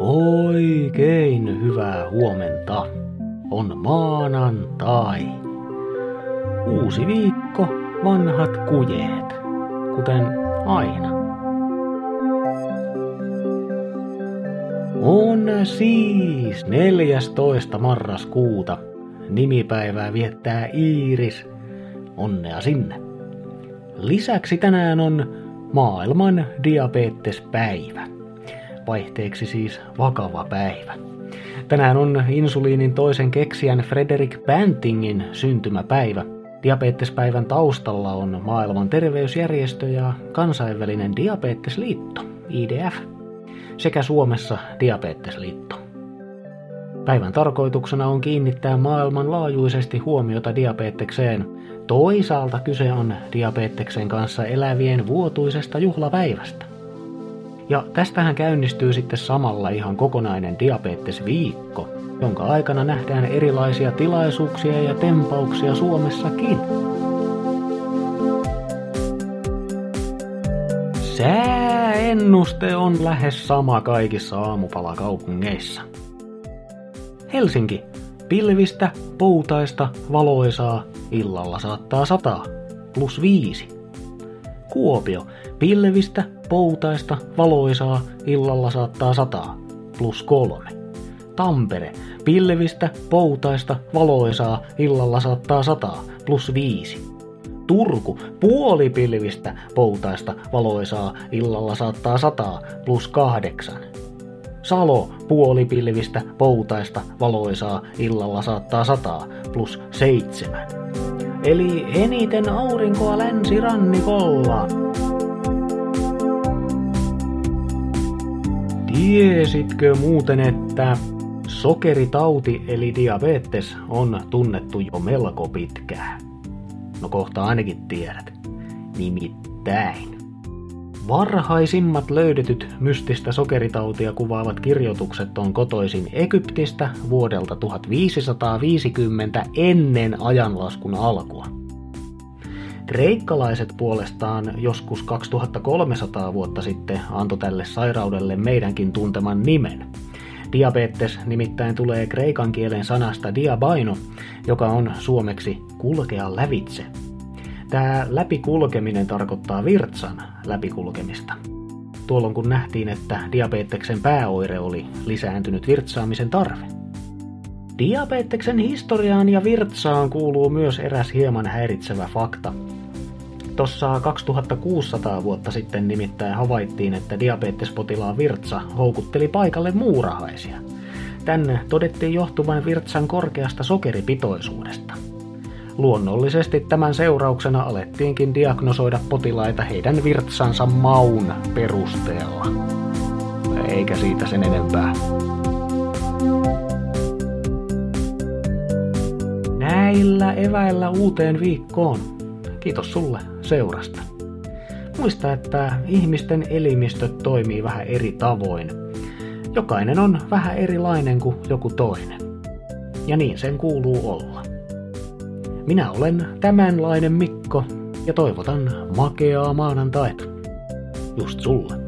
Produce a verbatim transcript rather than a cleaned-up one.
Oikein hyvää huomenta. On maanantai. Uusi viikko, vanhat kujeet. Kuten aina. On siis neljästoista marraskuuta. Nimipäivää viettää Iiris. Onnea sinne. Lisäksi tänään on maailman diabetespäivä. Vaihteeksi siis vakava päivä. Tänään on insuliinin toisen keksijän Frederick Bantingin syntymäpäivä. Diabetespäivän taustalla on maailman terveysjärjestö ja kansainvälinen diabetesliitto, I D F, sekä Suomessa diabetesliitto. Päivän tarkoituksena on kiinnittää maailmanlaajuisesti huomiota diabetekseen. Toisaalta kyse on diabeteksen kanssa elävien vuotuisesta juhlapäivästä. Ja tästähän käynnistyy sitten samalla ihan kokonainen diabetesviikko, jonka aikana nähdään erilaisia tilaisuuksia ja tempauksia Suomessakin. Sääennuste on lähes sama kaikissa aamupalakaupungeissa. Helsinki. Pilvistä, poutaista, valoisaa, illalla saattaa sataa, plus viisi. Kuopio. Pilvistä, poutaista, valoisaa, illalla saattaa sataa, plus kolme. Tampere. Pilvistä, poutaista, valoisaa, illalla saattaa sataa, plus viisi. Turku. Puolipilvistä, poutaista, valoisaa, illalla saattaa sataa, plus kahdeksan. Salo. Puolipilvistä, poutaista, valoisaa, illalla saattaa sataa, plus seitsemän. Eli eniten aurinkoa länsirannikolla. Tiesitkö muuten, että sokeritauti eli diabetes on tunnettu jo melko pitkään? No kohta ainakin tiedät. Nimittäin. Varhaisimmat löydetyt mystistä sokeritautia kuvaavat kirjoitukset on kotoisin Egyptistä vuodelta tuhatviisisataaviisikymmentä ennen ajanlaskun alkua. Kreikkalaiset puolestaan joskus kaksituhattakolmesataa vuotta sitten antoi tälle sairaudelle meidänkin tunteman nimen. Diabetes nimittäin tulee kreikan kielen sanasta diabaino, joka on suomeksi kulkea lävitse. Tämä läpikulkeminen tarkoittaa virtsan läpikulkemista. Tuolloin kun nähtiin, että diabeteksen pääoire oli lisääntynyt virtsaamisen tarve. Diabeteksen historiaan ja virtsaan kuuluu myös eräs hieman häiritsevä fakta. Tossa kaksituhattakuusisataa vuotta sitten nimittäin havaittiin, että diabetespotilaan virtsa houkutteli paikalle muurahaisia. Tänne todettiin johtuvan virtsan korkeasta sokeripitoisuudesta. Luonnollisesti tämän seurauksena alettiinkin diagnosoida potilaita heidän virtsansa maun perusteella. Eikä siitä sen enempää. Näillä eväillä uuteen viikkoon. Kiitos sulle seurasta. Muista, että ihmisten elimistöt toimii vähän eri tavoin. Jokainen on vähän erilainen kuin joku toinen. Ja niin sen kuuluu olla. Minä olen tämänlainen Mikko ja toivotan makeaa maanantaita. Just sulle.